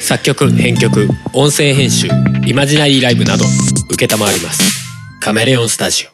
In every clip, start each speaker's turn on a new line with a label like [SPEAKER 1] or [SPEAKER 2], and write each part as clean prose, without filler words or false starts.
[SPEAKER 1] 作曲編曲音声編集イマジナリーライブなど承りますカメレオンスタジオ。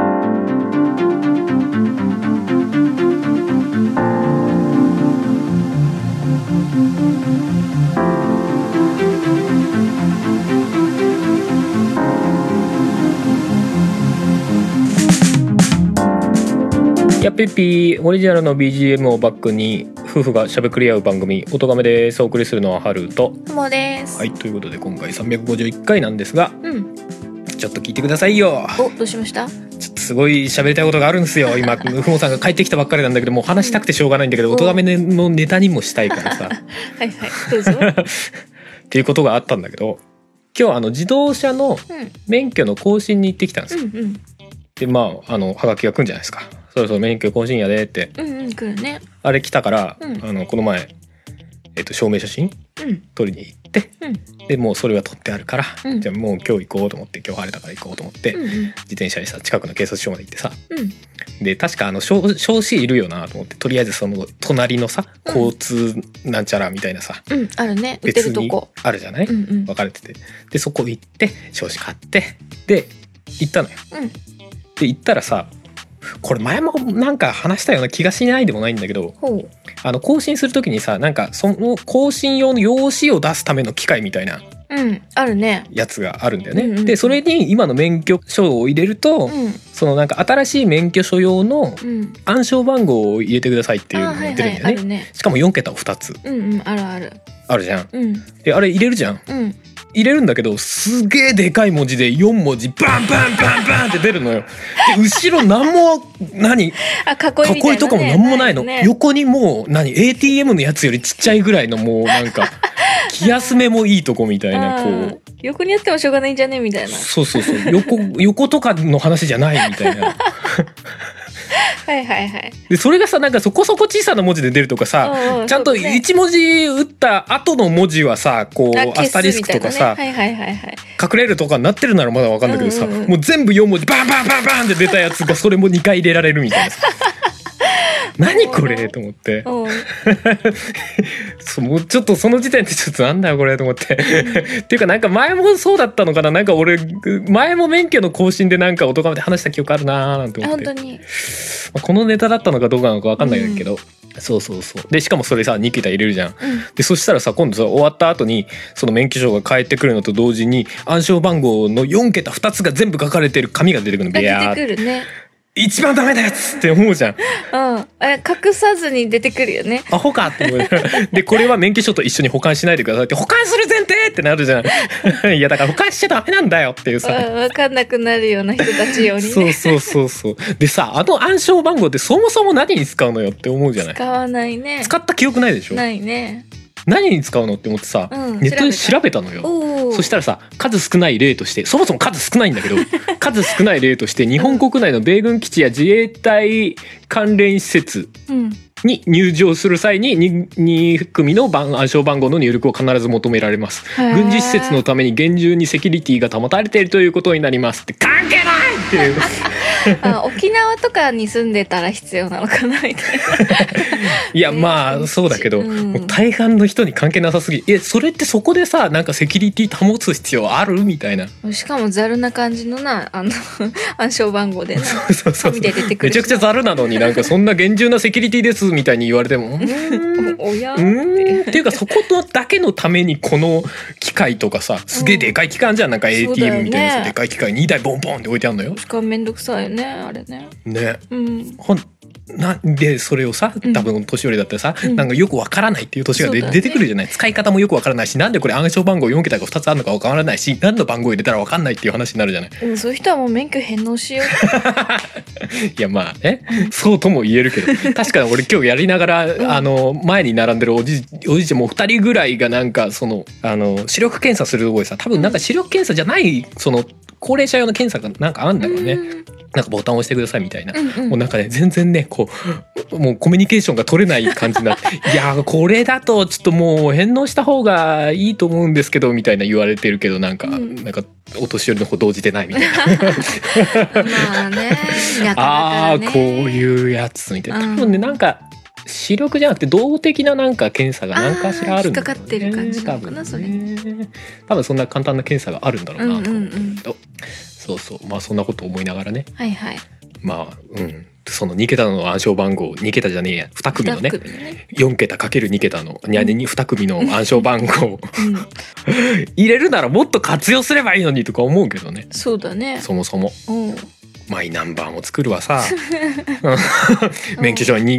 [SPEAKER 2] やっぴっぴーオリジナルの BGM をバックに夫婦がしゃべくり合う番組音亀です。お送りするのはハルと
[SPEAKER 3] ともです。
[SPEAKER 2] はい、ということで今回351回なんですが、ちょっと聞いてくださいよ。
[SPEAKER 3] お、どうしました？
[SPEAKER 2] ちょっとすごい喋りたいことがあるんですよ今ふもさんが帰ってきたばっかりなんだけどもう話したくてしょうがないんだけど、音亀のネタにもしたいからさ
[SPEAKER 3] はいはいどうぞ
[SPEAKER 2] っていうことがあったんだけど、今日自動車の免許の更新に行ってきたんですよ、ではがきが来るんじゃないですか。そうそう免許更新やでって、
[SPEAKER 3] 来るね。
[SPEAKER 2] あれ来たから、この前、証明写真、取りに行って、でもうそれは取ってあるから、じゃあもう今日行こうと思って今日晴れたから行こうと思って、自転車でさ近くの警察署まで行ってさ、で確か証子いるよなと思って、とりあえずその隣のさ交通なんちゃらみたいなさ、
[SPEAKER 3] あるね、売ってるとこ
[SPEAKER 2] あるじゃない、分かれてて、でそこ行って証子買ってで行ったのよ、で行ったらさ、これ前もなんか話したような気がしないでもないんだけど、更新するときにさ、なんかその更新用の用紙を出すための機械みたいな
[SPEAKER 3] あるね
[SPEAKER 2] やつがあるんだよね、でそれに今の免許証を入れると、そのなんか新しい免許証用の暗証番号を入れてくださいっていうのが出るんだよね、しかも4桁を2つ、あるじゃん、であれ入れるじゃん、入れるんだけどすげえでかい文字で4文字バンバンバンバンって出るのよ。で後ろなんも囲いとかもなんもないの、横にもうATM のやつよりちっちゃいぐらいのもうなんか気休めもいいとこみたいな、こう
[SPEAKER 3] 横にやってもしょうがないんじゃねみたいな。
[SPEAKER 2] そう横とかの話じゃないみたいなでそれがさ、なんかそこそこ小さな文字で出るとかさ、ちゃんと1文字打った後の文字はさ、こうアスタリスクとかさ、隠れるとかになってるならまだわかんないけどさ、もう全部4文字バンバンバンバンって出たやつがそれも2回入れられるみたいなさ何これと思ってもうちょっとその時点でちょっとなんだよこれと思ってっていうかなんか前もそうだったのかな、なんか俺前も免許の更新でなんか音亀で話した記憶あるなーなんて思って、
[SPEAKER 3] 本当に
[SPEAKER 2] このネタだったのかどうかなのか分かんないんだけど、そうでしかもそれさ2桁入れるじゃん、でそしたらさ今度さ終わった後にその免許証が返ってくるのと同時に暗証番号の4桁2つが全部書かれてる紙が出てくるの。ビヤー
[SPEAKER 3] 出てくるね。
[SPEAKER 2] 一番ダメなやつって思うじゃん。
[SPEAKER 3] 隠さずに出てくるよね。
[SPEAKER 2] アホかって思うでこれは免許証と一緒に保管しないでくださいって、保管する前提ってなるじゃんいやだから保管しちゃダメなんだよっていうさ、
[SPEAKER 3] 分かんなくなるような人たち用にね
[SPEAKER 2] そうでさ、暗証番号ってそもそも何に使うのよって思うじゃない。
[SPEAKER 3] 使わないね。
[SPEAKER 2] 使った記憶ないでしょ。
[SPEAKER 3] ないね。
[SPEAKER 2] 何に使うのって思ってさ、ネットで調べたのよ。そしたらさ、数少ない例として、そもそも数少ないんだけど数少ない例として日本国内の米軍基地や自衛隊関連施設に入場する際に 2組の暗証番号の入力を必ず求められます。軍事施設のために厳重にセキュリティが保たれているということになりますって関係ないっていう
[SPEAKER 3] 沖縄とかに住んでたら必要なのかなみたいない
[SPEAKER 2] やまあそうだけど、もう大半の人に関係なさすぎ、それってそこでさなんかセキュリティ保つ必要あるみたいな。
[SPEAKER 3] しかもザルな感じの暗証番号でな紙で出てくる
[SPEAKER 2] めちゃくちゃザルなのになんかそんな厳重なセキュリティですみたいに言われても
[SPEAKER 3] おや
[SPEAKER 2] っていうか、そことだけのためにこの機械とかさ、すげえでかい機関じゃん、なんか ATM みたいなさ、でかい機械2台ボンボンって置いてあるのよ。
[SPEAKER 3] しかもめんどくさいよねあれね。
[SPEAKER 2] なんでそれをさ、多分年寄りだったらさ、なんかよくわからないっていう年が出てくるじゃない。使い方もよくわからないし、なんでこれ暗証番号4桁が2つあるのかわからないし、何の番号入れたらわかんないっていう話になるじゃない。
[SPEAKER 3] そういう人はもう免許返納しよう
[SPEAKER 2] いやまあね、そうとも言えるけど確かに俺今日やりながら、前に並んでるおじいちゃんも2人ぐらいがなんかその視力検査するとこでさ、多分なんか視力検査じゃないその高齢者用の検査がなんかあるんだろうね、なんかボタンを押してくださいみたいな、もうなんかね全然ねこうもうコミュニケーションが取れない感じになっていやこれだとちょっともう返納した方がいいと思うんですけどみたいな言われてるけど、なんかお年寄りの方動じてないみたいな
[SPEAKER 3] まあね、なかなかね、
[SPEAKER 2] こういうやつみたいな。多分ねなんか視力じゃなくて動的ななんか検査が何かしらあるんだろうね。
[SPEAKER 3] 引っかかってる感じなのかな、それ。
[SPEAKER 2] 多分そんな簡単な検査があるんだろうなと思うんだけど、そうそう、まあそんなこと思いながらね。
[SPEAKER 3] はいはい。
[SPEAKER 2] まあその2桁の暗証番号、2桁じゃねえや、2組のね、4桁かける2桁の2組の暗証番号を入れるならもっと活用すればいいのにとか思うけどね。
[SPEAKER 3] そうだね。
[SPEAKER 2] そもそもマイナンバーも作るわさ免許証に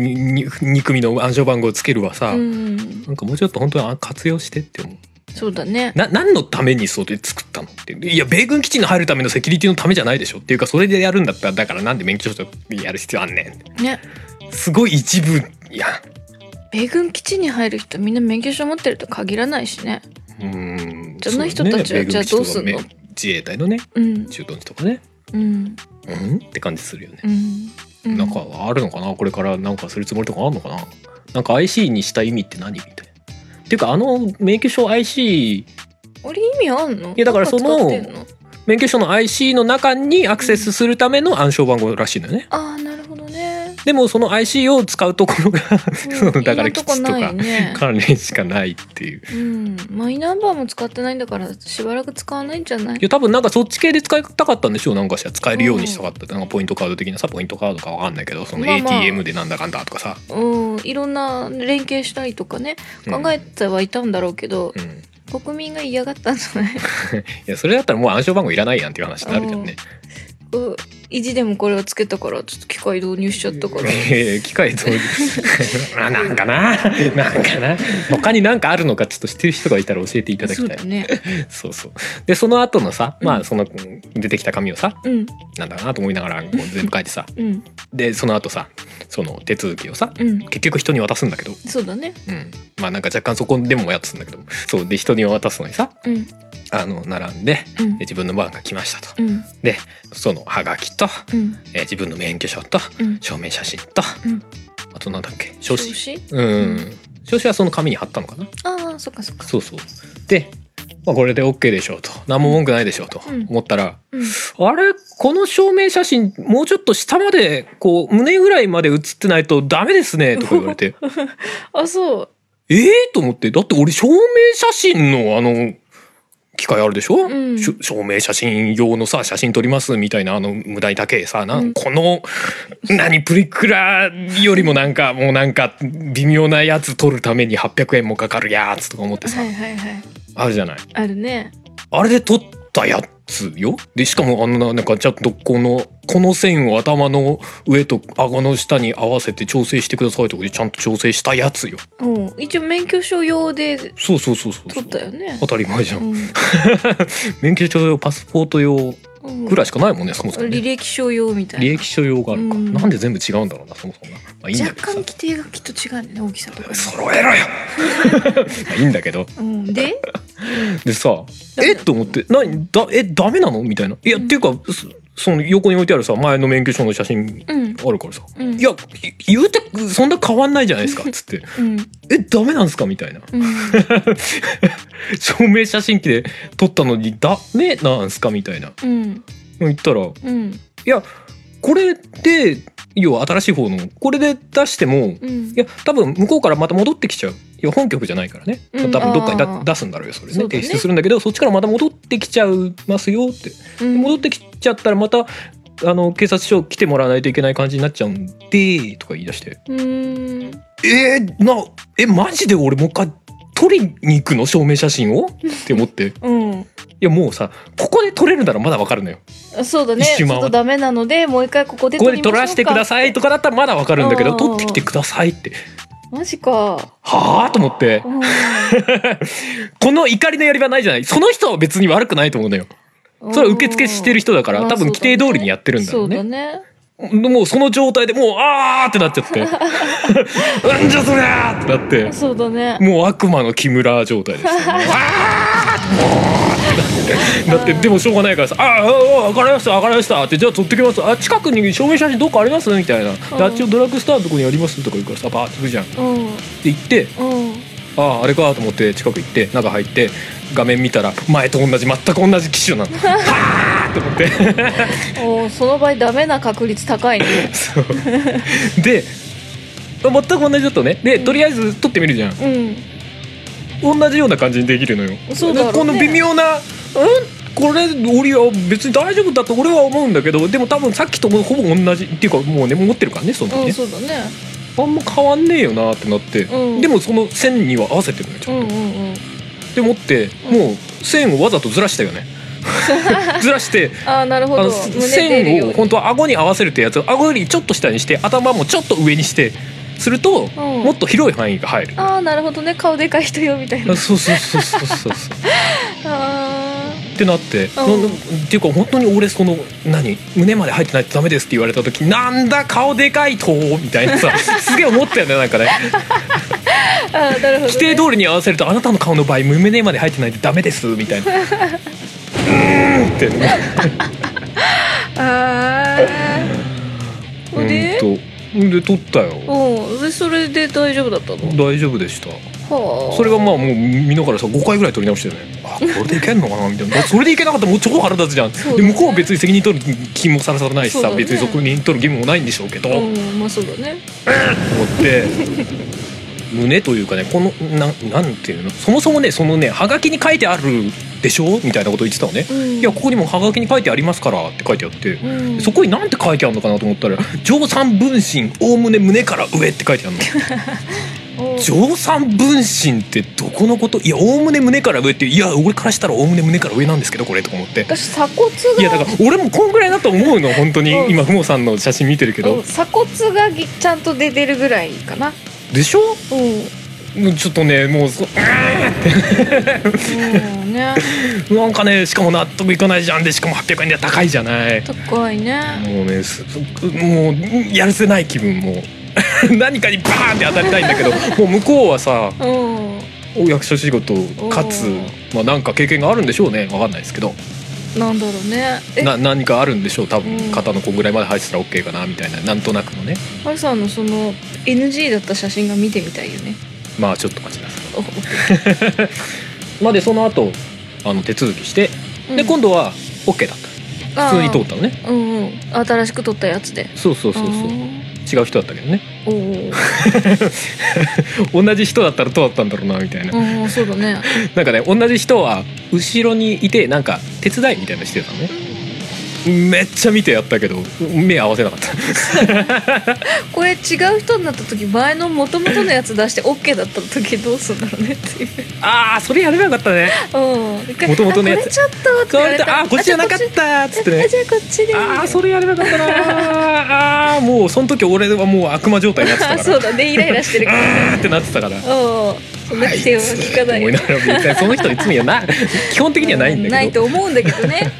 [SPEAKER 2] 2組の暗証番号をつけるわさ、なんかもうちょっと本当に活用してって思う。
[SPEAKER 3] そうだね。
[SPEAKER 2] 何のためにそれ作ったのって。いや米軍基地に入るためのセキュリティのためじゃないでしょっていうか、それでやるんだったらだからなんで免許証やる必要あんねんね。すごい一部やん。
[SPEAKER 3] 米軍基地に入る人みんな免許証持ってると限らないしね。その人たちはじゃあどうすんの。
[SPEAKER 2] 自衛隊のね、駐屯地とかね、って感じするよね。なんかあるのかな、これからなんかするつもりとかあるのかな。なんか IC にした意味って何みたいな。っていうか免許証 IC
[SPEAKER 3] あれ意味あんの？
[SPEAKER 2] いやだからその免許証の IC の中にアクセスするための暗証番号らしいのよね。
[SPEAKER 3] ああなるほどね。
[SPEAKER 2] でもその IC を使うところがだから基地とか関連しかないっていう、
[SPEAKER 3] マイナンバーも使ってないんだからしばらく使わないんじゃない？
[SPEAKER 2] いや多分なんかそっち系で使いたかったんでしょう。なんかしら使えるようにしたかった、なんかポイントカード的なさ、ポイントカードかわかんないけど、その ATM でなんだかんだとかさ、
[SPEAKER 3] いろんな連携したりとかね考えてはいたんだろうけど、国民が嫌がったんじゃない？い
[SPEAKER 2] やそれだったらもう暗証番号いらないやんっていう話になるじゃんね。
[SPEAKER 3] 意地でもこれをつけたからちょっと機械導入しちゃったから
[SPEAKER 2] 機械導入なんかな他に何かあるのかちょっと知ってる人がいたら教えていただきたい。そうだね。そうそう。でその後のさ、まあその出てきた紙をさ、なんだかなと思いながらこう全部書いてさ、でその後さその手続きをさ、結局人に渡すんだけど、
[SPEAKER 3] そうだね。
[SPEAKER 2] まあなんか若干そこでもやつんだけど、そうで人に渡すのにさ、並んで、自分の番が来ましたと、でそのハガキと、自分の免許証と、証明写真と、あとなんだっけ、証子。証子はその紙に貼ったのかな。
[SPEAKER 3] ああそっかそっか。
[SPEAKER 2] そうそう。で、まあ、これで OK でしょうと、何も文句ないでしょうと思ったら、あれこの証明写真もうちょっと下までこう胸ぐらいまで写ってないとダメですねとか言われて
[SPEAKER 3] あそう。
[SPEAKER 2] と思って、だって俺証明写真の機械あるでしょ、証明写真用のさ写真撮りますみたいな無駄に高えさこのプリクラよりもなんかもうなんか微妙なやつ撮るために800円もかかるやつとか思ってさ、あるじゃない。
[SPEAKER 3] あるね。
[SPEAKER 2] あれで撮ったやつよ。でしかもなんかちゃんとこの線を頭の上と顎の下に合わせて調整してくださいとかでちゃんと調整したやつよ。
[SPEAKER 3] 一応免許証用で
[SPEAKER 2] そう
[SPEAKER 3] 撮ったよね。
[SPEAKER 2] 当たり前じゃん、免許証用パスポート用ぐらいしかないもんね、そもそもね。
[SPEAKER 3] 履歴書用みたいな。
[SPEAKER 2] 履歴書用があるか、なんで全部違うんだろうなそもそもな、まあ、いいんだけどさ、
[SPEAKER 3] 若干規定がきっと違うんだね、大きさとか
[SPEAKER 2] 揃えろよいいんだけど、でさと思ってダメなのみたいな。いや、っていうかその横に置いてあるさ前の免許証の写真あるからさ、いや言うてそんな変わんないじゃないですかっつって、ダメなんすかみたいな、証明写真機で撮ったのにダメなんすかみたいな、言ったら、いやこれで要は新しい方のこれで出しても、いや多分向こうからまた戻ってきちゃう。いや本局じゃないからね、多分どっかに出すんだろうよそれね、提出するんだけど、そっちからまた戻ってきちゃいますよって、戻ってきちゃったらまた警察署来てもらわないといけない感じになっちゃうんでとか言い出して、マジで俺もう一回撮りに行くの証明写真をって思って、いやもうさここで撮れるならまだわかるのよ。
[SPEAKER 3] そうだね、ちょっとダメなのでもう一回ここで撮りましょうか、
[SPEAKER 2] ここで撮らせてくださいとかだったらまだわかるんだけど、撮ってきてくださいって
[SPEAKER 3] マジか
[SPEAKER 2] はあと思って、この怒りのやり場ないじゃない。その人は別に悪くないと思うのよ。それは受付してる人だから多分規定通りにやってるんだろうね。そうだね。もうその状態でもうあーってなっちゃってなんじゃそりゃーってなって、
[SPEAKER 3] そうだね、
[SPEAKER 2] もう悪魔の木村状態ですよ、だってでもしょうがないからさ、分かりましたってじゃあ撮ってきます、近くに証明写真どっかありますみたいな、あっちのドラッグストアのとこにありますとか言うからさ、バーって行くじゃん、で行って、あれかと思って近く行って中入って画面見たら前と全く同じ機種なのはーと思って
[SPEAKER 3] その場合ダメな確率高いね
[SPEAKER 2] そうで全く同じだったね。で、とりあえず撮ってみるじゃん、同じような感じにできるのよ。
[SPEAKER 3] そうだろうね。
[SPEAKER 2] この微妙なこれ俺は別に大丈夫だと俺は思うんだけど、でも多分さっきともほぼ同じっていうか、もうね持ってるからね、その時ね。
[SPEAKER 3] そうだね。
[SPEAKER 2] あんま変わんねえよなってなって、でもその線には合わせてるのよちゃんと。でもってもう線をわざとずらしたよね。ずらして
[SPEAKER 3] なるほど。
[SPEAKER 2] 線を本当は顎に合わせるってやつを顎よりちょっと下にして頭もちょっと上にしてすると、もっと広い範囲が入る。
[SPEAKER 3] なるほどね。顔でかい人よみたいな。
[SPEAKER 2] そうってなって、っていうか本当に俺その胸まで入ってないとダメですって言われた時、なんだ顔でかいとみたいなさすげえ思ったよね、なんかね。
[SPEAKER 3] なるほどね。
[SPEAKER 2] 規定通りに合わせるとあなたの顔の場合胸まで入ってないとダメですみたいな。ってで撮ったよ。
[SPEAKER 3] でそれで大丈夫だったの？
[SPEAKER 2] 大丈夫でした。それがまあもう見ながらさ5回ぐらい撮り直してるね。これでいけんのかなみたいな。それでいけなかったらもう超腹立つじゃん。で向こうは別に責任取る気もさらさらないしさ、別にそこに取る義務もないんでしょうけど、
[SPEAKER 3] まあそうだね。
[SPEAKER 2] 思って胸というかね、このなんていうの、そもそもね、そのねはがきに書いてあるでしょみたいなこと言ってたのね、いやここにもはがきに書いてありますからって書いてあって、そこになんて書いてあるのかなと思ったら、上三分身おおむね胸から上って書いてあるの。上三分身ってどこのこと？いやおおむね胸から上って、いや俺からしたらおおむね胸から上なんですけどこれとか思って、
[SPEAKER 3] 私鎖骨が、
[SPEAKER 2] いやだから俺もこんぐらいだと思うの本当に。今ふもさんの写真見てるけど、
[SPEAKER 3] 鎖骨がちゃんと出てるぐらいかな。
[SPEAKER 2] でしょ？ちょっとねもうなんかね、しかも納得いかないじゃん。でしかも800円で高いじゃない。
[SPEAKER 3] 高いね。
[SPEAKER 2] もうねもうやるせない気分。もう何かにバーンって当たりたいんだけど、もう向こうはさお役所仕事かつ、なんか経験があるんでしょうね、分かんないですけど。
[SPEAKER 3] なんだろうね。
[SPEAKER 2] 何かあるんでしょう多分、肩の子ぐらいまで入ってたら OK かなみたいな、なんとなくのね。
[SPEAKER 3] ハルさんのその NG だった写真が見てみたいよね。
[SPEAKER 2] まあちょっと待ちなさい。まあでその後手続きして、で今度は OK だった。普通に通ったのね。
[SPEAKER 3] 新しく撮ったやつで。
[SPEAKER 2] そう違う人だったけどね。同じ人だったらどうだったんだろうなみたいな。
[SPEAKER 3] そうだね。
[SPEAKER 2] なんかね、同じ人は後ろにいてなんか手伝いみたいなのしてたのね。めっちゃ見てやったけど目合わせなかった。
[SPEAKER 3] これ違う人になった時、前の元々のやつ出して OK だった時どうするんだろうねっていう。
[SPEAKER 2] それやればよかったね。元々のやつ、
[SPEAKER 3] これちょっとって言われた。
[SPEAKER 2] こっちじゃなかったっつってね。
[SPEAKER 3] じゃあこっちで。
[SPEAKER 2] それやればよかったな。もうその時俺はもう悪魔状態になってたから。
[SPEAKER 3] そうだね、イライラしてるから
[SPEAKER 2] ってなってたから。
[SPEAKER 3] その規定は聞かない。
[SPEAKER 2] 思いながら別にその人に罪はない。基本的にはないんだけど。
[SPEAKER 3] ないと思うんだけどね。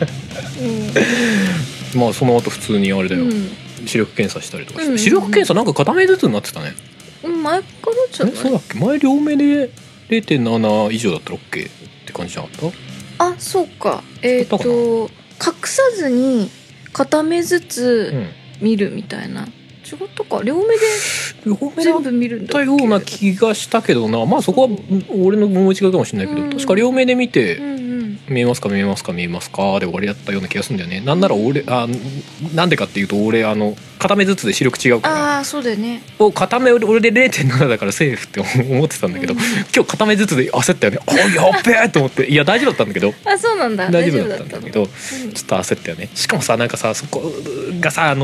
[SPEAKER 2] まあその後普通にあれだよ、視力検査したりとかして、視力検査なんか片目ずつになってたね。
[SPEAKER 3] 前からじゃない？
[SPEAKER 2] そうだっけ？前両目で 0.7 以上だったら OK って感じじゃなかった？
[SPEAKER 3] そうか。隠さずに片目ずつ見るみたいな。違ったか？両目で全部見るんだっけ？
[SPEAKER 2] だったような気がしたけどな。まあそこは俺の思い違いかもしれないけど、確か両目で見て、見えますか見えますか見えますかで終わりだったような気がするんだよね。なんなら俺なんでかっていうと、俺片目ずつで視力違うから。
[SPEAKER 3] そうだよね。
[SPEAKER 2] 片目俺で 0.7 だからセーフって思ってたんだけど、今日片目ずつで焦ったよね。やっべえと思って。いや大丈夫だったんだけど。
[SPEAKER 3] そうなんだ。
[SPEAKER 2] 大丈夫だったんだけど、ちょっと焦ったよね。しかもさ、なんかさ、そこがさ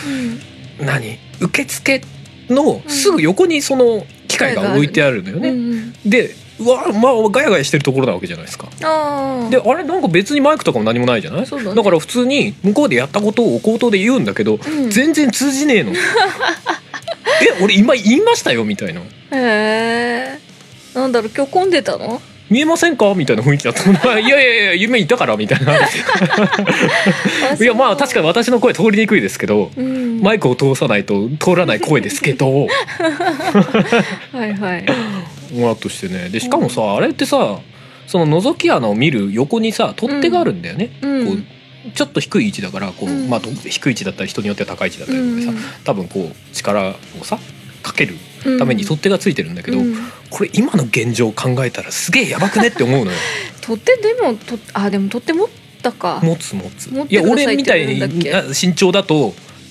[SPEAKER 2] 受付のすぐ横にその機械が置いてあるのよね。でガヤガヤしてるところなわけじゃないですか。であれなんか別にマイクとかも何もないじゃない。だから普通に向こうでやったことを口頭で言うんだけど、全然通じねえの。俺今言いましたよみたいな。
[SPEAKER 3] なんだろう、今日混んでたの？
[SPEAKER 2] 見えませんかみたいな雰囲気だったの。いや夢言ったからみたいな。いやまあ確かに私の声通りにくいですけど、マイクを通さないと通らない声ですけど。あとしてね。でしかもさ、あれってさ、その覗き穴を見る横にさ取っ手があるんだよね。こうちょっと低い位置だから低い位置だったり人によっては高い位置だったりとかさ、多分こう力をさかけるために取っ手がついてるんだけど、これ今の現状を考えたらすげえやばくねって思うのよ。
[SPEAKER 3] 取っ手でもでも取っ手持ったか。
[SPEAKER 2] 持つ。いや俺みたいに身長だと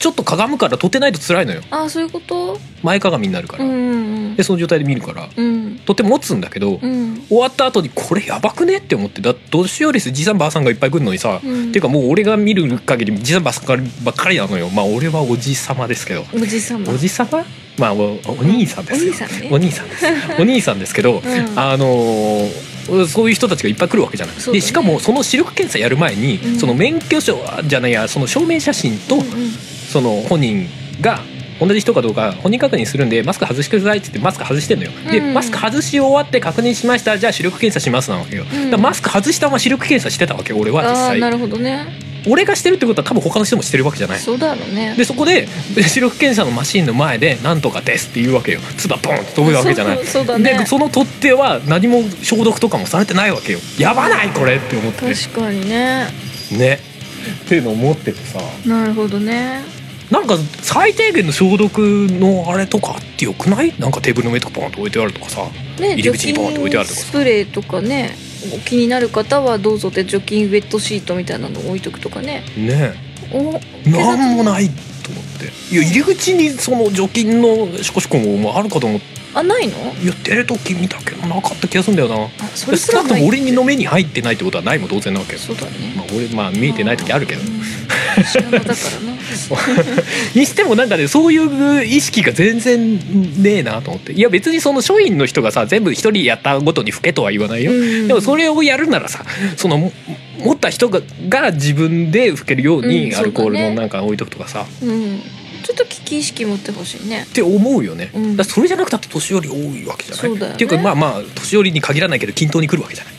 [SPEAKER 2] ちょっとかがむから撮ってないと辛いのよ。
[SPEAKER 3] あ、そういうこと。
[SPEAKER 2] 前かがみになるから、でその状態で見るから、とっても持つんだけど、終わった後にこれやばくねって思って、だ年寄りじいさんばあさんがいっぱい来るのにさ、っていうかもう俺が見る限りじいさんばあさんばっかりなのよ。まあ俺はおじさまですけど、おじさままあ お兄さんですよ、お兄さんです、お兄さんですけど、そういう人たちがいっぱい来るわけじゃない、でしかもその視力検査やる前に、その免許証じゃないや、その証明写真と、その本人が同じ人かどうか本人確認するんでマスク外してくださいって言ってマスク外してんのよ。でマスク外し終わって確認しました、じゃあ視力検査しますなわけよ。だからマスク外したまま視力検査してたわけ俺は実際。
[SPEAKER 3] なるほどね。
[SPEAKER 2] 俺がしてるってことは多分他の人もしてるわけじゃない。
[SPEAKER 3] そうだろうね。
[SPEAKER 2] でそこで視力検査のマシンの前でなんとかですって言うわけよ。唾ボンと飛ぶわけじゃない。
[SPEAKER 3] そうだね。
[SPEAKER 2] でその取っ手は何も消毒とかもされてないわけよ。やばないこれって思って、
[SPEAKER 3] 確かにね
[SPEAKER 2] っていうのを思っててさ。
[SPEAKER 3] なるほどね。
[SPEAKER 2] なんか最低限の消毒のあれとかあってよくない？なんかテーブルの上とかポンと置いてあるとかさ、入り口にポンと置いてあるとかさ、
[SPEAKER 3] スプレーとかね、気になる方はどうぞって除菌ウェットシートみたいなのを置いとくとかね。
[SPEAKER 2] なんもないと思って、いや入り口にその除菌のシコシコもあるかと思って。
[SPEAKER 3] あ、ないの？
[SPEAKER 2] 言ってる時見たけどなかった気がするんだよな。
[SPEAKER 3] それすらない。
[SPEAKER 2] 少なくとも俺の目に入ってないってことはないも当然なわけよ。
[SPEAKER 3] そうだね。
[SPEAKER 2] 俺見えてない時あるけど、
[SPEAKER 3] 知らなだからな
[SPEAKER 2] にしてもなんかね、そういう意識が全然ねえなと思って。いや別にその署員の人がさ全部一人やったごとに吹けとは言わないよ、でもそれをやるならさ、その持った人が自分で吹けるようにアルコールのなんか置いとくとかさ、
[SPEAKER 3] ちょっと危機意識持ってほしいね
[SPEAKER 2] って思うよね、だそれじゃなくたって年寄り多いわけじゃない。
[SPEAKER 3] そうだよね。
[SPEAKER 2] っていうかまあ年寄りに限らないけど均等に来るわけじゃない。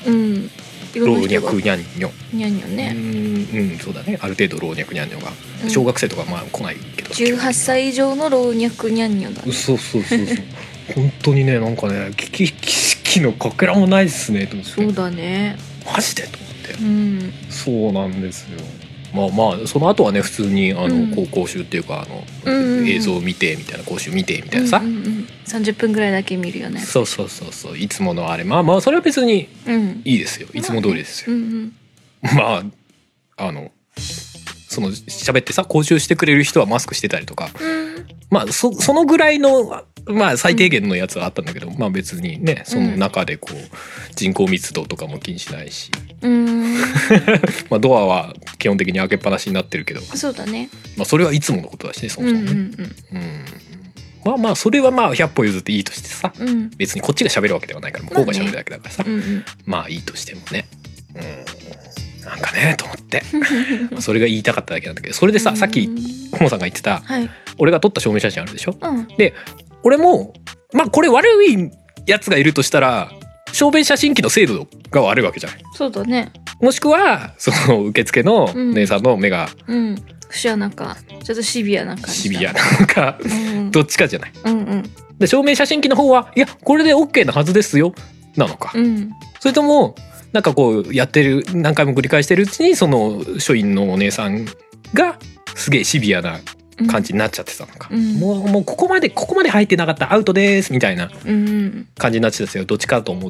[SPEAKER 2] 老若にゃんにょ
[SPEAKER 3] にゃんにょね。
[SPEAKER 2] そうだね。ある程度老若にゃんにょが、小学生とかまあ来ないけど、
[SPEAKER 3] 18歳以上の老若にゃんにょだ、ね、
[SPEAKER 2] そう本当にね、なんかね、危機意識のかけらもないっすねと思って。
[SPEAKER 3] そうだね、
[SPEAKER 2] マジでと思って、そうなんですよ。まあその後はね普通に講習っていうか映像を見てみたいな、講習見てみたいなさ、
[SPEAKER 3] 30分ぐらいだけ見るよね。
[SPEAKER 2] そういつものあれ、まあそれは別にいいですよ、いつも通りですよ。まあその喋ってさ講習してくれる人はマスクしてたりとか、まあそのぐらいのまあ最低限のやつはあったんだけど、まあ別にねその中でこう人口密度とかも気にしないし、まあドアは基本的に開けっぱなしになってるけど、
[SPEAKER 3] そうだね。
[SPEAKER 2] まあそれはいつものことだしね、そもそもね。まあそれはまあ100歩譲っていいとしてさ、別にこっちが喋るわけではないから向こうが喋るだけだからさ、まあいいとしてもね、なんかねと思ってそれが言いたかっただけなんだけど、それでさ、さっきコモさんが言ってた、俺が撮った証明写真あるでしょ、で俺もまあこれ悪いやつがいるとしたら証明写真機の精度が悪いわけじゃない。
[SPEAKER 3] そうだね。も
[SPEAKER 2] しくはその受付の姉さんの目が、
[SPEAKER 3] 節穴かちょっとシビアな感じ、
[SPEAKER 2] シビアなんか、どっちかじゃない。で証明写真機の方はいやこれで OK なはずですよなのか、それともなんかこうやってる何回も繰り返してるうちにその署員のお姉さんがすげえシビアな感じになっちゃってたのか、もうここまで入ってなかったアウトですみたいな感じになってたんですよ。どっちかと思って、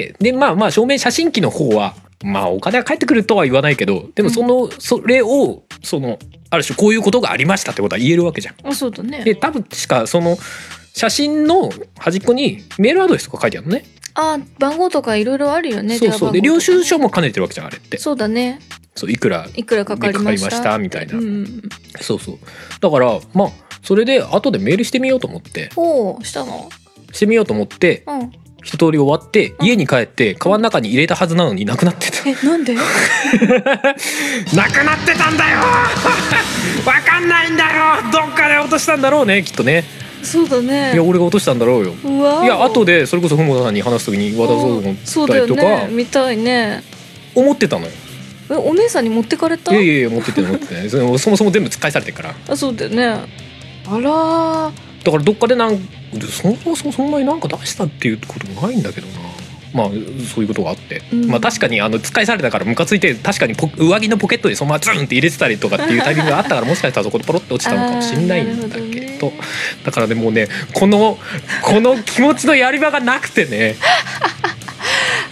[SPEAKER 2] でまあ証明写真機の方はまあお金は返ってくるとは言わないけど、でもそれをある種こういうことがありましたってことは言えるわけじゃん。
[SPEAKER 3] そうだね。
[SPEAKER 2] で多分しかその写真の端っこにメールアドレスとか書いてあるのね。
[SPEAKER 3] 番号とかいろいろあるよね。
[SPEAKER 2] そうで領収書も兼ねてるわけじゃんあれって。
[SPEAKER 3] そうだね。
[SPEAKER 2] そういくら
[SPEAKER 3] かかりました
[SPEAKER 2] みたいな、そうだからまあそれで後でメールしてみようと思って。してみようと思って、一通り終わって家に帰ってカバンの中に入れたはずなのになくなってた。
[SPEAKER 3] なんでなく
[SPEAKER 2] なってたんだよわかんないんだよ、どっかで落としたんだろうねきっとね。
[SPEAKER 3] そうだね。
[SPEAKER 2] いや俺が落としたんだろうよ。いや後でそれこそふもさんに話す時に渡そうと思ったりとか、
[SPEAKER 3] 見たいね
[SPEAKER 2] 思ってたのよ。
[SPEAKER 3] お姉さんに持ってかれた？
[SPEAKER 2] いや持ってないそもそも全部返されてるから。
[SPEAKER 3] そうだよね。あら
[SPEAKER 2] だからどっかでそんなになんか出したっていうこともないんだけどな。まあそういうことがあって、まあ確かに突っ返されたからムカついて、確かに上着のポケットにそのままズンって入れてたりとかっていうタイミングがあったからもしかしたらそこでポロッと落ちたのかもしれないんだけど、だからでもねこの気持ちのやり場がなくてね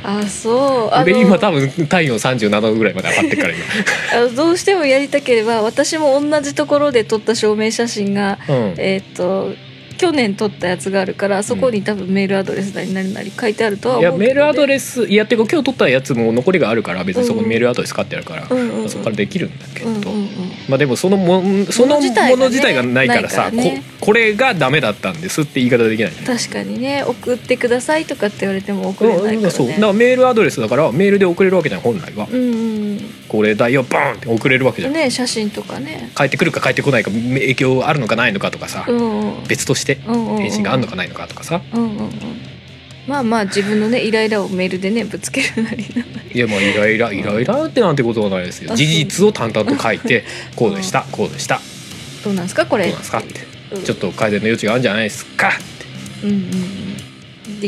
[SPEAKER 3] あ、そう。
[SPEAKER 2] で今多分体温37度ぐらいまで上がってるから今
[SPEAKER 3] どうしてもやりたければ、私も同じところで撮った証明写真が、去年撮ったやつがあるから、そこに多分メールアドレスなり何なり書いてあるとは思うけど、ね、
[SPEAKER 2] いやメールアドレスいやってか今日撮ったやつも残りがあるから別にそこにメールアドレス買ってあるから、そこからできるんだけど、まあでもそのもの自体がないからさ、これがダメだったんですって言い方できない。
[SPEAKER 3] 確かにね、送ってくださいとかって言われても送れないからね。
[SPEAKER 2] そうだからメールアドレスだからメールで送れるわけじゃん本来は。これだよバーンって送れるわけじゃん
[SPEAKER 3] ね。写真とかね、
[SPEAKER 2] 帰ってくるか帰ってこないか影響あるのかないのかとかさ、別として返信があるのかないのかとかさ、ま
[SPEAKER 3] あ自分のねイライラをメールでねぶつけるなりな。
[SPEAKER 2] いやもうイライラってなんてことはないですよ。事実を淡々と書いてこうでしたこうでした、
[SPEAKER 3] どうなんですかこれ、
[SPEAKER 2] どうなんですかって、ちょっと改善の余地があるんじゃないですかって、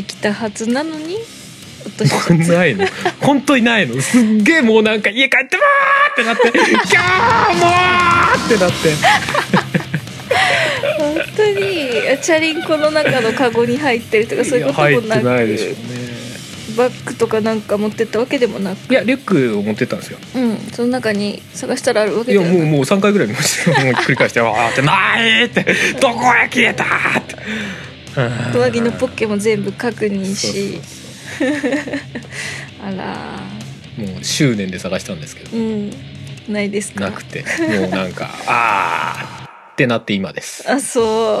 [SPEAKER 3] できたはずなのに落としちゃった
[SPEAKER 2] ないの本当にないの。すっげえもうなんか家帰ってわーってなってキャーもうってなって
[SPEAKER 3] 本当にチャリンコの中のカゴに入ってるとかそういうこともなく、
[SPEAKER 2] 入ってないでしょうね。
[SPEAKER 3] バッグとかなんか持ってったわけでもなく、
[SPEAKER 2] いやリュックを持ってったんですよ。
[SPEAKER 3] その中に探したらあるわけではなく、
[SPEAKER 2] いやもう3回ぐらい見ましたよ繰り返してわーってないってどこへ消えたって
[SPEAKER 3] 上着のポッケも全部確認しあら
[SPEAKER 2] もう執念で探したんですけど、
[SPEAKER 3] ないですか。
[SPEAKER 2] なくてもうなんかってなって今です。
[SPEAKER 3] あ、そう、
[SPEAKER 2] はい、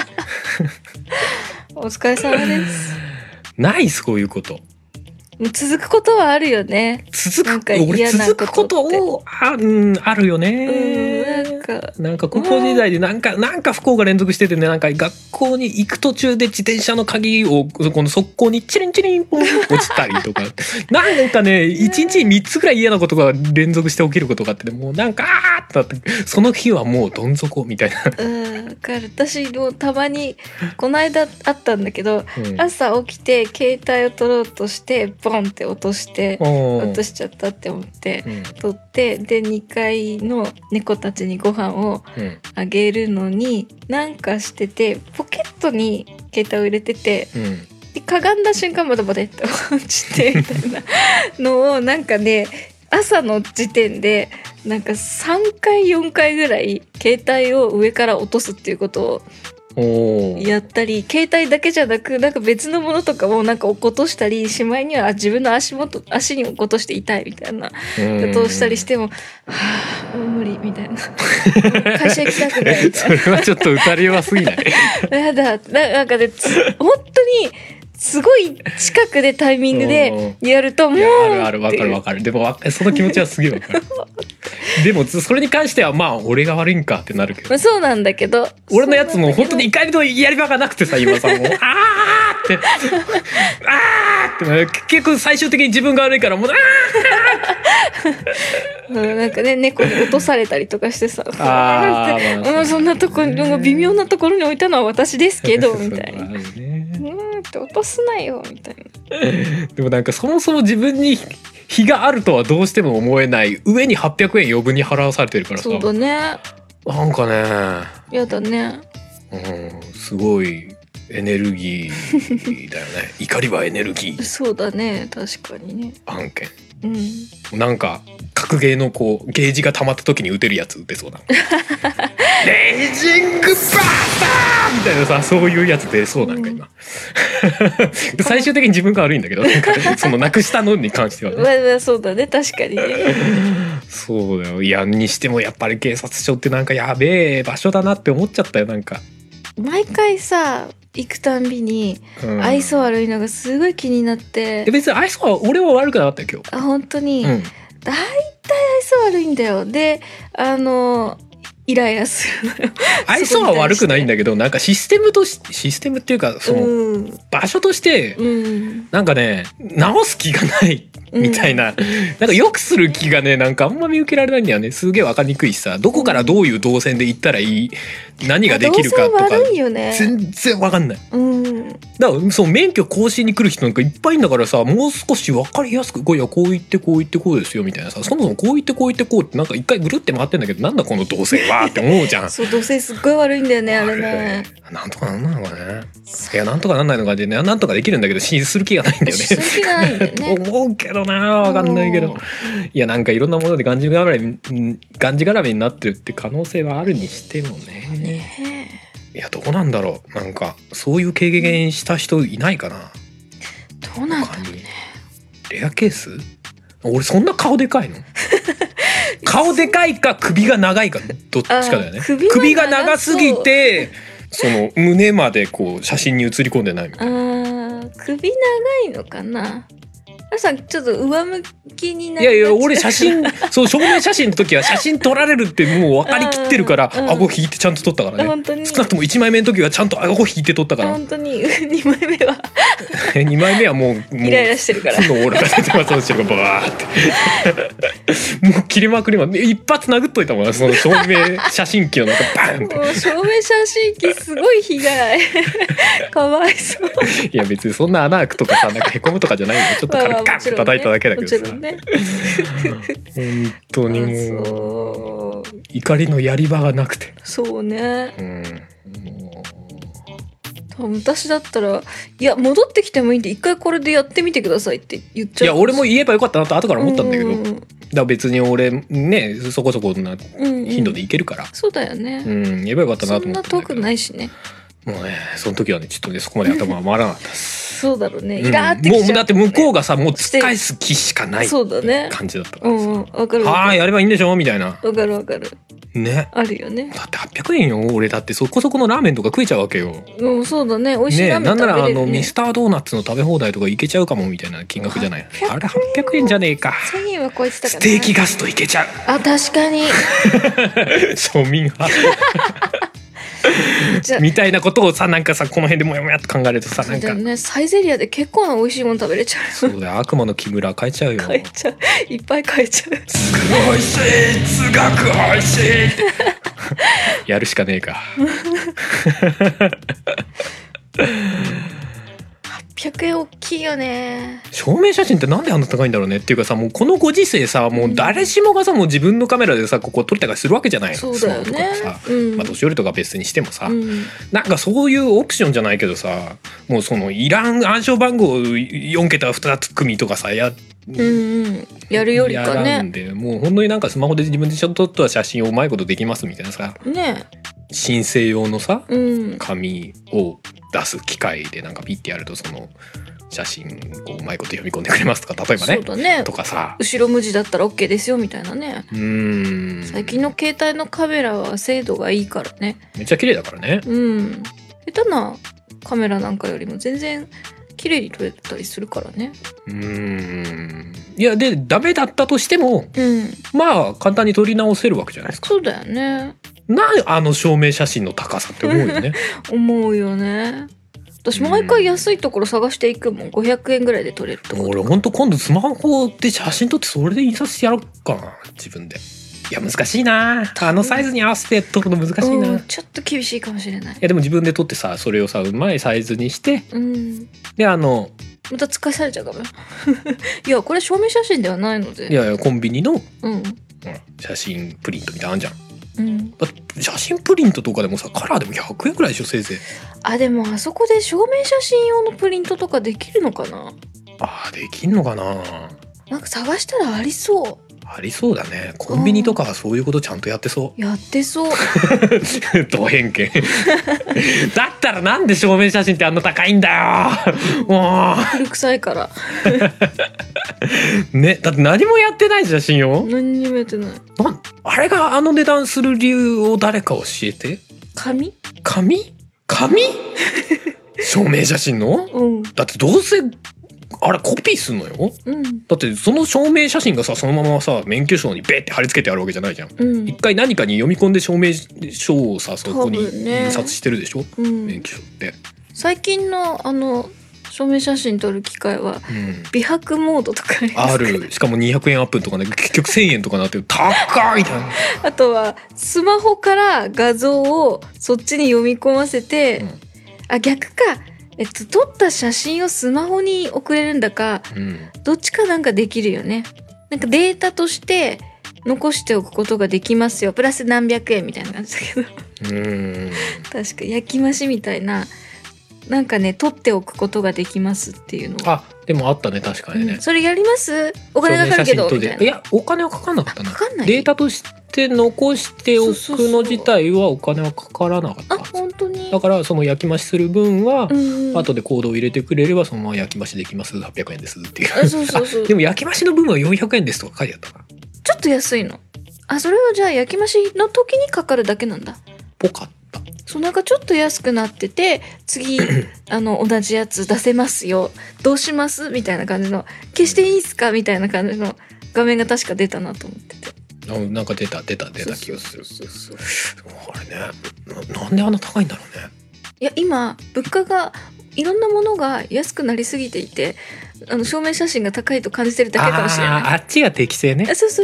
[SPEAKER 3] お疲れ様です。
[SPEAKER 2] ないっすこういうこと。
[SPEAKER 3] 続くことはあるよね。
[SPEAKER 2] 続くことをあるよね。なんか高校時代でなんか不幸が連続しててね、なんか学校に行く途中で自転車の鍵をこの側溝にチリンチリンポン落ちたりとかなんかね1日に3つぐらい嫌なことが連続して起きることがあって、もうなんかってなってその日はもうどん底みたいな。
[SPEAKER 3] わかる。私もたまにこの間あったんだけど、朝起きて携帯を取ろうとしてボンって落としちゃったって思って、取ってで2階の猫たちにご飯をあげるのになんかしててポケットに携帯を入れてて、でかがんだ瞬間まだバデッと落ちてみたいなのをなんかね朝の時点でなんか3回4回ぐらい携帯を上から落とすっていうことをやったり、携帯だけじゃなくなんか別のものとかもなんか落っことしたり、しまいには自分の足に落っことして痛いみたいなことをしたりしても、はぁもう無理みたいな会社行きたくないみたいな
[SPEAKER 2] それはちょっと打たれ弱すぎない？
[SPEAKER 3] やだ、なんかね本当にすごい近くでタイミングでやるともう
[SPEAKER 2] あるわかる。でもその気持ちはすげえわかるでもそれに関してはまあ俺が悪いんかってなるけど、
[SPEAKER 3] そうなんだけど、
[SPEAKER 2] 俺のやつも本当に怒りのやり場がなくてさ、今さもうって結局最終的に自分が悪いからもう
[SPEAKER 3] なんかね猫に落とされたりとかしてさもうそんなところ微妙なところに置いたのは私ですけどみたいなって落とすなよみたいな
[SPEAKER 2] でもなんかそもそも自分に非があるとはどうしても思えない上に800円余分に払わされてるからさ、
[SPEAKER 3] そうだね、
[SPEAKER 2] なんかね
[SPEAKER 3] やだね、
[SPEAKER 2] すごいエネルギーだよね怒りはエネルギー
[SPEAKER 3] そうだね、確かにね
[SPEAKER 2] 案件、なんか格ゲーのこうゲージが溜まった時に撃てるやつ撃てそうなレイジングバースターみたいなさ、そういうやつ出そうなんか今最終的に自分が悪いんだけどなんかそのなくしたのに関してはね
[SPEAKER 3] そうだね、確かにね
[SPEAKER 2] そうだよ。いやにしてもやっぱり警察署ってなんかやべえ場所だなって思っちゃったよ。なんか毎
[SPEAKER 3] 回さ行くたんびに愛想悪いのがすごい気になって、
[SPEAKER 2] 別に愛想は俺は悪くなかったよ今日。
[SPEAKER 3] 本当に、だいたい愛想悪いんだよ。でイライラするのよ
[SPEAKER 2] 愛想は悪くないんだけど、なんかシステムっていうかその場所としてなんかね直す気がないみたいな、なんか良くする気がねなんかあんま見受けられないんだよね。すげえ分かりにくいしさ、どこからどういう動線で行ったらいい何ができるかとか全然わかんない、だからそう免許更新に来る人なんかいっぱいいんだからさ、もう少し分かりやすくこう言ってこう言ってこうですよみたいなさ、そもそもこう言ってこう言ってこうってなんか一回ぐるって回ってんだけど、なんだこの動線はって思うじゃん。
[SPEAKER 3] そう動線すっごい悪いんだよねあれね。
[SPEAKER 2] なんとかなんないのかね。いやなんとかなんないのかでね、なんとかできるんだけどする気がないんだよね。
[SPEAKER 3] する気がないんだよね。
[SPEAKER 2] と思うけどな、わかんないけど、いやなんかいろんなものでがんじがらめになってるって可能性はあるにしてもね。いやどうなんだろう、なんかそういう経験した人いないかな。
[SPEAKER 3] どうなんだろうね。
[SPEAKER 2] レアケース？俺そんな顔でかいの？顔でかいか首が長いかどっちかだよね。首が長すぎてその胸までこう写真に写り込んでないみたいな。
[SPEAKER 3] 首長いのかな。さんちょっと上向きになる。
[SPEAKER 2] いや俺写真そう証明写真の時は写真撮られるってもう分かりきってるから顎引いてちゃんと撮ったからね。
[SPEAKER 3] 本当に
[SPEAKER 2] 少なくとも1枚目の時はちゃんと顎引いて撮ったから。
[SPEAKER 3] 本当に2枚目は
[SPEAKER 2] 2枚目はもう
[SPEAKER 3] イライラしてるから
[SPEAKER 2] オーラが出てます後ろがバーってもう切れまくりまで一発殴っといたもんな、その証明写真機の中バーンって。
[SPEAKER 3] もう証明写真機すごい被害かわいそう。
[SPEAKER 2] いや別にそんな穴開くとかさ、なんかへこむとかじゃないよ、ちょっと軽くガンって叩いただけだけどさ、
[SPEAKER 3] ね、
[SPEAKER 2] 本当にもう怒りのやり場がなくて。
[SPEAKER 3] そうね、私だったらいや戻ってきてもいいんで一回これでやってみてくださいって言っちゃう。
[SPEAKER 2] いや俺も言えばよかったなと後から思ったんだけど、だから別に俺ねそこそこな頻度でいけるから、
[SPEAKER 3] そうだよね、
[SPEAKER 2] 言えばよかったなと思って。そんな
[SPEAKER 3] 遠くないしね。
[SPEAKER 2] もうねその時はねちょっとねそこまで頭が回らなかったです。
[SPEAKER 3] そうだろうね、イラーってきちゃう、
[SPEAKER 2] もうだって向こうがさもう突っ返す気しかない感じだったからさ、
[SPEAKER 3] わかる。
[SPEAKER 2] はーいやればいいんでしょみたいな。
[SPEAKER 3] わかるわかる
[SPEAKER 2] ね、
[SPEAKER 3] あるよね。
[SPEAKER 2] だって800円よ。俺だってそこそこのラーメンとか食えちゃうわけよ。
[SPEAKER 3] そうだね、美味しいラーメン食べれるね。
[SPEAKER 2] なんならミスタードーナツの食べ放題とかいけちゃうかもみたいな金額じゃない。あれ800円じゃねえか。
[SPEAKER 3] 1000円は超えてたか
[SPEAKER 2] ス
[SPEAKER 3] な。
[SPEAKER 2] テーキガストいけちゃう。
[SPEAKER 3] あ確かに
[SPEAKER 2] 庶民派みたいなことをさ、なんかさこの辺でもやもやっと考えるとさ、なんか
[SPEAKER 3] ね、サイゼリアで結構な美味しいもの食べれちゃう。
[SPEAKER 2] そうだよ、悪魔の木村買えちゃうよ。
[SPEAKER 3] 買えちゃう、いっぱい買えちゃう。
[SPEAKER 2] すごい美味しい、すごく美味しいやるしかねえか。
[SPEAKER 3] 800円大きいよね。
[SPEAKER 2] 証明写真ってなんであんな高いんだろうねっていうかさ、もうこのご時世さ、もう誰しもがさもう自分のカメラでさここ撮りたりするわけじゃないの。
[SPEAKER 3] そうだよね。
[SPEAKER 2] まあ年寄りとか別にしてもさ、なんかそういうオプションじゃないけどさ、もうそのいらん暗証番号4桁2つ組とかさや
[SPEAKER 3] るよりかね。
[SPEAKER 2] やらんでもう本当になんかスマホで自分でちょっと撮った写真をうまいことできますみたいなさ、
[SPEAKER 3] ね、
[SPEAKER 2] 申請用のさ、紙を出す機械でなんかピッてやるとその写真をうまいこと読み込んでくれますとか、例えばね、
[SPEAKER 3] そうだね、
[SPEAKER 2] とかさ、
[SPEAKER 3] 後ろ無地だったら OK ですよみたいなね。最近の携帯のカメラは精度がいいからね。
[SPEAKER 2] めっちゃ綺麗だからね。
[SPEAKER 3] 下手なカメラなんかよりも全然綺麗に撮れたりするからね。
[SPEAKER 2] いやでダメだったとしても、まあ簡単に撮り直せるわけじゃないですか。
[SPEAKER 3] そうだよね。
[SPEAKER 2] あの証明写真の高さって思うよね。
[SPEAKER 3] 思うよね。私毎回安いところ探していくもん。500円ぐらいで撮れるところ。
[SPEAKER 2] 俺ほんと今度スマホで写真撮ってそれで印刷してやろうかな、自分で。いや難しいな、あのサイズに合わせて撮るの難しいな。
[SPEAKER 3] ちょっと厳しいかもしれない。
[SPEAKER 2] いやでも自分で撮ってさ、それをさうまいサイズにして、でま
[SPEAKER 3] た使いされちゃうかもよ。いやこれ証明写真ではないので。
[SPEAKER 2] いやコンビニの、写真プリントみたいなのあんじゃん。だって写真プリントとかでもさカラーでも100円くらいでしょせいぜい。
[SPEAKER 3] でもあそこで証明写真用のプリントとかできるのかな。
[SPEAKER 2] できんのかな。
[SPEAKER 3] なんか探したらありそう。
[SPEAKER 2] ありそうだね。コンビニとかはそういうことちゃんとやってそう。
[SPEAKER 3] やってそう。
[SPEAKER 2] ド偏見。だったらなんで証明写真ってあんな高いんだよ。もう
[SPEAKER 3] 古臭いから。
[SPEAKER 2] ね、だって何もやってない写真よ。
[SPEAKER 3] 何にもやってない。
[SPEAKER 2] あれがあの値段する理由を誰か教えて。
[SPEAKER 3] 紙？
[SPEAKER 2] 証明写真の？だってどうせあれコピーすんのよ、だってその証明写真がさそのままさ免許証にベッて貼り付けてあるわけじゃないじゃん、一回何かに読み込んで証明書をさそこに印刷してるでしょ、免許証って。
[SPEAKER 3] 最近の証明写真撮る機会は、美白モードとか
[SPEAKER 2] ある。しかも200円アップとかね、結局1000円とかなってる。高いみたいな。
[SPEAKER 3] あとはスマホから画像をそっちに読み込ませて、逆か。撮った写真をスマホに送れるんだか、どっちかなんかできるよね。なんかデータとして残しておくことができますよ。プラス何百円みたいな感じだけど。確か焼き増しみたいな。なんかね、取っておくことができますっていうのは。
[SPEAKER 2] でもあったね、確かにね。
[SPEAKER 3] それやります？お金がかかるけどみたいな。
[SPEAKER 2] いや、お金はかかんなかったな。
[SPEAKER 3] かかんない？
[SPEAKER 2] データとして残しておくの自体はお金はかからなかった。
[SPEAKER 3] 本当に？
[SPEAKER 2] だからその焼き増しする分は、後でコードを入れてくれればそのまま焼き増しできます。800円ですっていう。そうでも焼き増しの分は400円ですとか書いてあったから。
[SPEAKER 3] ちょっと安いの。それはじゃあ焼き増しの時にかかるだけなんだ。
[SPEAKER 2] ぽかった。
[SPEAKER 3] そう、なんかちょっと安くなってて、次同じやつ出せますよ、どうしますみたいな感じの、消していいっすかみたいな感じの画面が確か出たなと思ってて。
[SPEAKER 2] なんか出た気がする。あれね、なんであんな高いんだろうね。
[SPEAKER 3] いや、今物価がいろんなものが安くなりすぎていて、証明写真が高いと感じてるだけかもしれない。
[SPEAKER 2] あっちが適正ね。
[SPEAKER 3] そう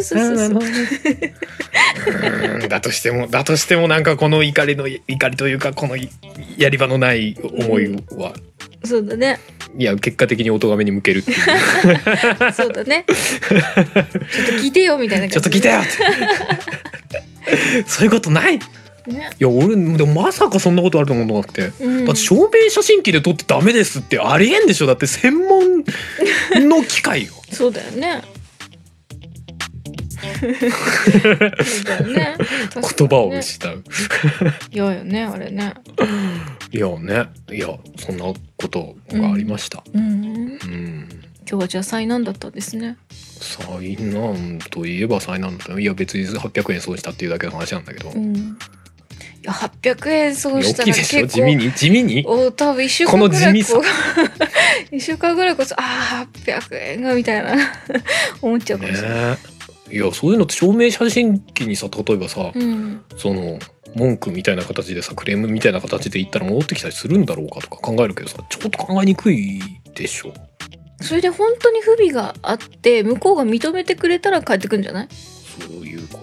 [SPEAKER 2] だとしてもなんかこの怒りというか、このやり場のない思いは、
[SPEAKER 3] そうだね。
[SPEAKER 2] いや、結果的にお咎めに向けるっていう
[SPEAKER 3] そうだね。ちょっと聞いてよみたいな感じ。
[SPEAKER 2] ちょっと聞いてよってそういうことない。
[SPEAKER 3] ね、
[SPEAKER 2] いや、俺でもまさかそんなことあると思わなくて、だって証明写真機で撮ってダメですってありえんでしょ。だって専門の機械よ
[SPEAKER 3] そうだよねそうだよね、
[SPEAKER 2] 言葉を失う
[SPEAKER 3] 嫌よね、あれね。
[SPEAKER 2] いや、そんなことがありました。今
[SPEAKER 3] 日はじゃあ災難だったんですね。
[SPEAKER 2] 災難といえば災難だった。いや、別に800円損したっていうだけの話なんだけど、
[SPEAKER 3] いや、800円損したら結構
[SPEAKER 2] 地味に
[SPEAKER 3] 多分1週間ぐらい1週間ぐらいこそ800円がみたいな思っちゃうかもしれない。
[SPEAKER 2] いや、そういうのって証明写真機にさ、例えばさ、その文句みたいな形でさ、クレームみたいな形で言ったら戻ってきたりするんだろうかとか考えるけどさ、ちょっと考えにくいでしょ。
[SPEAKER 3] それで本当に不備があって向こうが認めてくれたら帰ってくるんじゃない？
[SPEAKER 2] そういうこと？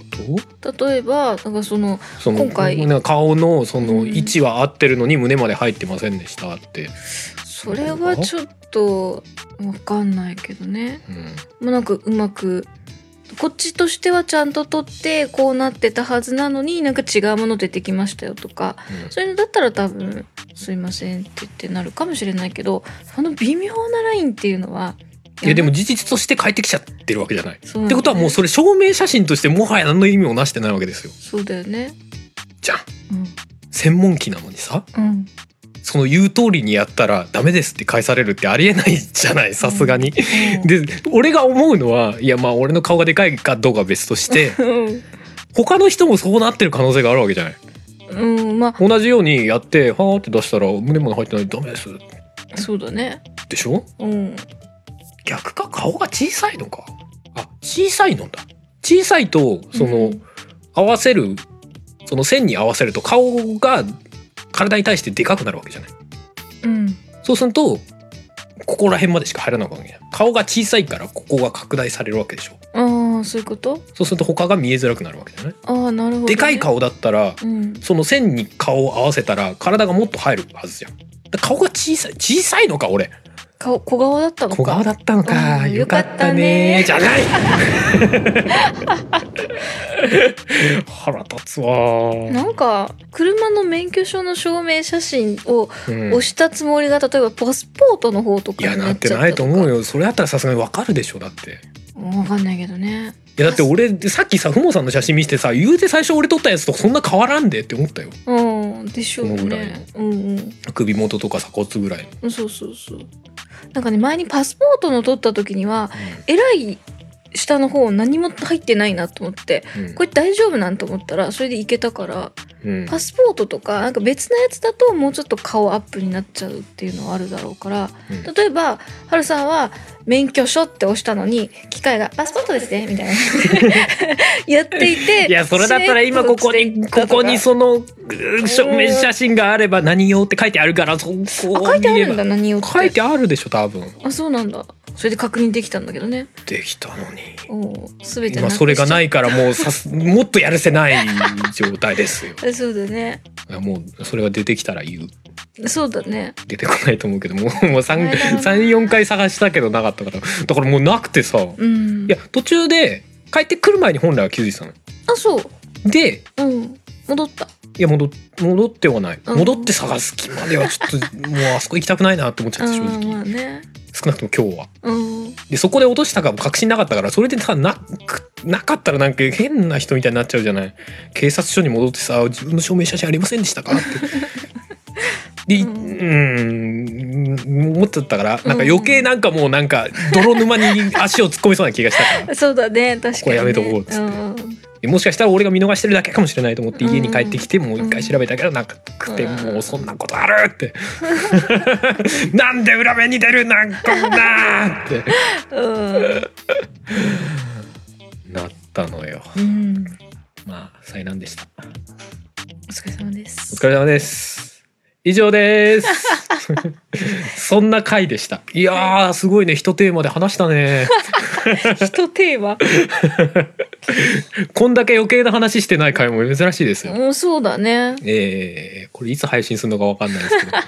[SPEAKER 3] 例えばなんかその今回
[SPEAKER 2] 顔のその位置は合ってるのに胸まで入ってませんでしたって、
[SPEAKER 3] それはちょっと分かんないけどね、もうなんかうまくこっちとしてはちゃんと撮ってこうなってたはずなのになんか違うもの出てきましたよとか、そういうのだったら多分すいませんって言ってなるかもしれないけど、微妙なラインっていうのは、
[SPEAKER 2] いやでも事実として帰ってきちゃってるわけじゃない、ってことはもうそれ証明写真としてもはや何の意味もなしてないわけですよ。
[SPEAKER 3] そうだよね。
[SPEAKER 2] じゃん、専門機なのにさ、その言う通りにやったらダメですって返されるってありえないじゃない、さすがに。で、俺が思うのは、いやまあ俺の顔がでかいかどうかは別として他の人もそうなってる可能性があるわけじゃない。同じようにやってはーって出したら胸まで入ってないとダメです。
[SPEAKER 3] そうだね。
[SPEAKER 2] でしょ？逆か、顔が小さいのか。小さいのだ。小さいとその、合わせるその線に合わせると顔が体に対してでかくなるわけじゃない。そうするとここら辺までしか入らないわけじゃない。顔が小さいからここが拡大されるわけでしょ。
[SPEAKER 3] そういうこと？
[SPEAKER 2] そうすると他が見えづらくなるわけじゃない。
[SPEAKER 3] なるほど、ね。
[SPEAKER 2] でかい顔だったら、その線に顔を合わせたら体がもっと入るはずじゃん。顔が小さいのか俺。
[SPEAKER 3] 小顔だったのか。
[SPEAKER 2] 小顔だったのか。よかったねじゃない。腹立つわ。
[SPEAKER 3] なんか車の免許証の証明写真を押したつもりが、例えばパスポートの方とかになっちゃったとか。
[SPEAKER 2] いやなってないと思うよ。それだったらさすがにわかるでしょ。だって
[SPEAKER 3] わかんないけどね。
[SPEAKER 2] いやだって俺さっきさふもさんの写真見せてさ、言うて最初俺撮ったやつとそんな変わらんでって思ったよ。
[SPEAKER 3] でしょうね。
[SPEAKER 2] このぐらいの、首元とか鎖骨ぐらいの。
[SPEAKER 3] そうなんかね、前にパスポートの撮った時には、えらい下の方何も入ってないなと思って、これ大丈夫なんと思ったらそれでいけたから、 パスポートとかなんか別のやつだともうちょっと顔アップになっちゃうっていうのはあるだろうから、例えばはるさんは免許証って押したのに機械がパスポートですねみたいなやっていて、
[SPEAKER 2] いやそれだったら今ここにその証明写真があれば何用って書いてあるから、そこを
[SPEAKER 3] 書いてあるんだ。何用って
[SPEAKER 2] 書いてあるでしょ多分。
[SPEAKER 3] あ、そうなんだ。それで確認できたんだけどね。
[SPEAKER 2] できたのに
[SPEAKER 3] 全て
[SPEAKER 2] 今それがないからもっとやるせない状態ですよ
[SPEAKER 3] そうだね。
[SPEAKER 2] もうそれが出てきたら言う。
[SPEAKER 3] そうだね。
[SPEAKER 2] 出てこないと思うけどもう3,4 回探したけどなかったから、だからもうなくてさ、いや途中で帰ってくる前に本来は気づいてたの。
[SPEAKER 3] あ、そう
[SPEAKER 2] で、
[SPEAKER 3] 戻った。
[SPEAKER 2] いや戻ってはない、戻って探す気まではちょっともうあそこ行きたくないなって思っちゃって正直、
[SPEAKER 3] まあね、
[SPEAKER 2] 少なくとも今日は、でそこで落としたかも確信なかったから、それでさなかったらなんか変な人みたいになっちゃうじゃない。警察署に戻ってさ、自分の証明写真ありませんでしたかってで思っちゃったから、なんか余計なんかもうなんか泥沼に足を突っ込みそうな気がしたから
[SPEAKER 3] そうだね、確かにね、
[SPEAKER 2] ここやめとこうっつって、もしかしたら俺が見逃してるだけかもしれないと思って家に帰ってきてもう一回調べたけどなくて、もうそんなことあるってなんで裏目に出るなんかなってなったのよ。まあ災難でした。
[SPEAKER 3] お疲れ様です。
[SPEAKER 2] お疲れ様です。以上ですそんな回でした。いやーすごいね、一テーマで話したね
[SPEAKER 3] 一テーマ
[SPEAKER 2] こんだけ余計な話してない回も珍しいですよ。
[SPEAKER 3] そうだね。
[SPEAKER 2] これいつ配信するのかわかんないですけど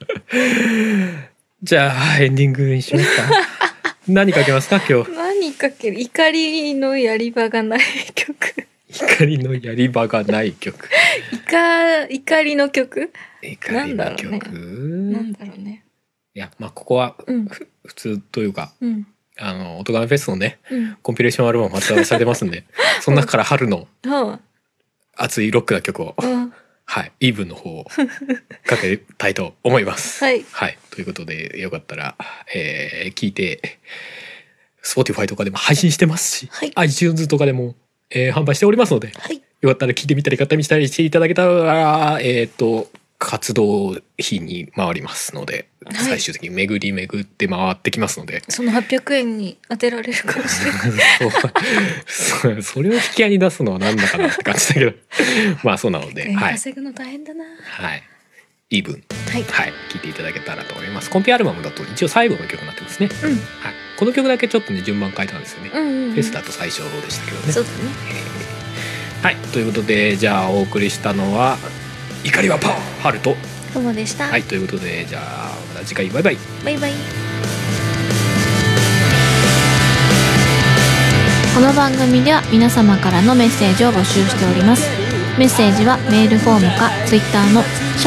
[SPEAKER 2] じゃあエンディングにしますか何かけますか今日。
[SPEAKER 3] 何かける？怒りのやり場がない曲
[SPEAKER 2] 怒りのやり場がない曲
[SPEAKER 3] 怒りの曲
[SPEAKER 2] なんだろうね。
[SPEAKER 3] なんだろうね。
[SPEAKER 2] いやまあここは、普通というか、オトガメフェスのね、コンピレーションアルバム発売されてますんでその中から春の熱いロックな曲を、はい、イーブンの方をかけたいと思います
[SPEAKER 3] はい、
[SPEAKER 2] ということでよかったら、聞いて Spotify とかでも配信してますし、iTunes とかでも、販売しておりますので、よかったら聞いてみたり買ったりしたりしていただけたら活動費に回りますので、最終的に巡って回ってきますので、
[SPEAKER 3] その800円に当てられるかもしれ
[SPEAKER 2] ないそれを引き合いに出すのはなんだかなって感じだけどまあそうなので、
[SPEAKER 3] 稼ぐの大変だな。
[SPEAKER 2] イーブン、聞いていただけたらと思います。コンピアルバムだと一応最後の曲になってますね。この曲だけちょっとね順番変えたんですよね。フェスだと最初でしたけどね。
[SPEAKER 3] そうだね。
[SPEAKER 2] ということでじゃあお送りしたのは怒りはパーハルと
[SPEAKER 3] ともでした。
[SPEAKER 2] ということでじゃあまた次回バイバイ。
[SPEAKER 3] バイバイ。この番組では皆様からのメッセージを募集しております。メッセージはメールフォームか Twitter の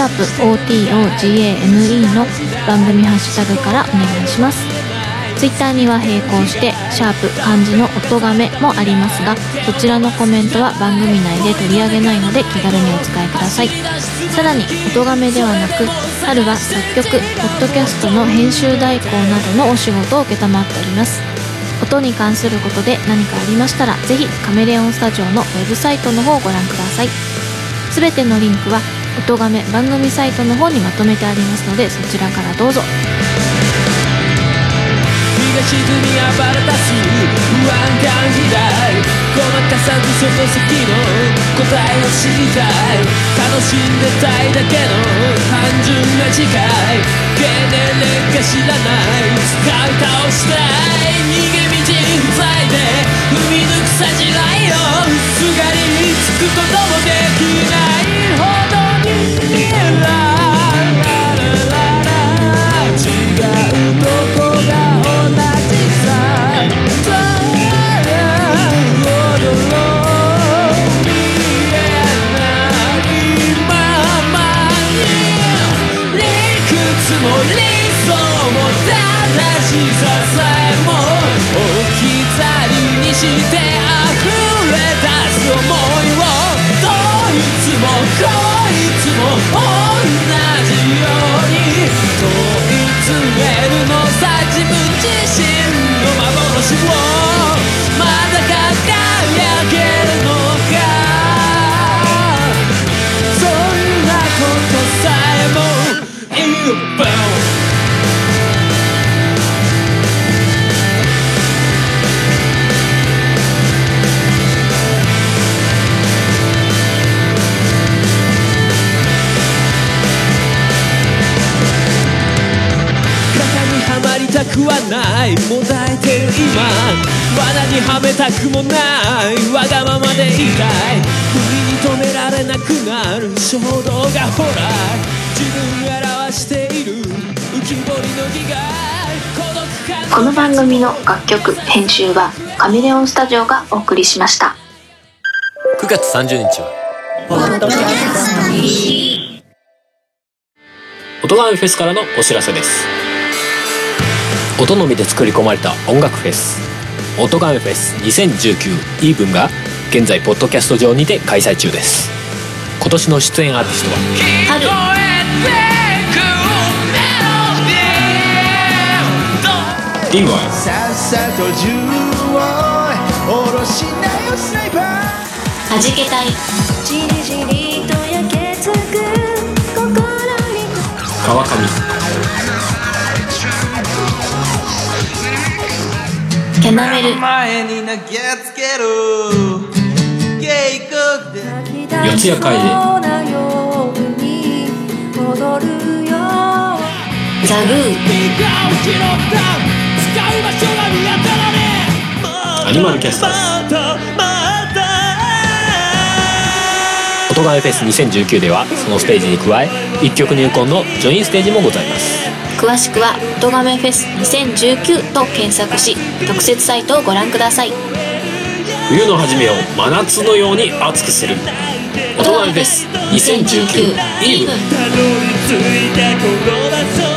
[SPEAKER 3] #OTOGAME の番組ハッシュタグからお願いします。ツイッターには並行して漢字の音がめもありますが、そちらのコメントは番組内で取り上げないので気軽にお使いください。さらに音がめではなく、春は作曲、ポッドキャストの編集代行などのお仕事を承っております。音に関することで何かありましたら、ぜひカメレオンスタジオのウェブサイトの方をご覧ください。すべてのリンクは音がめ番組サイトの方にまとめてありますので、そちらからどうぞ。
[SPEAKER 4] 沈み暴れ出す不安感以来、ごまかさずその先の答えを知りたい。楽しんでたいだけの単純な次回、経年劣化知らない使い倒したい。逃げ道塞いで踏み抜くさじらいをすがりつくこともできないほどに違うとこが理想も正しささえも置き去りにして溢れ出す想いを、どいつもこいつも同じように問い詰めるのさ、自分自身の幻をまだ輝けるのか。そいもだえてる今罠にはめたくもないわがままでいたい不意に止められなくなる衝動がほら自分表している浮き彫りの日が孤独感。
[SPEAKER 5] この番組の楽曲編集はカメレオンスタジオがお送りしました。
[SPEAKER 1] 9月30日は音ガメフェスからのお知らせです。音のみで作り込まれた音楽フェス音ガメフェス2019イーブンが現在ポッドキャスト上にて開催中です。今年の出演アーティストは
[SPEAKER 5] 春、
[SPEAKER 1] リンゴ、
[SPEAKER 5] はじけたい、
[SPEAKER 1] 川上、
[SPEAKER 5] キャナメル、
[SPEAKER 1] 四谷楓、
[SPEAKER 5] ザグー、
[SPEAKER 1] アニマルキャスターズ。音ガメフェス2019ではそのステージに加え一曲入魂のジョインステージもございます。
[SPEAKER 5] 詳しくは音ガメフェス2019と検索し特設サイトをご覧ください。
[SPEAKER 1] 冬の初めを真夏のように熱くする音ガメフェス2019イーブン。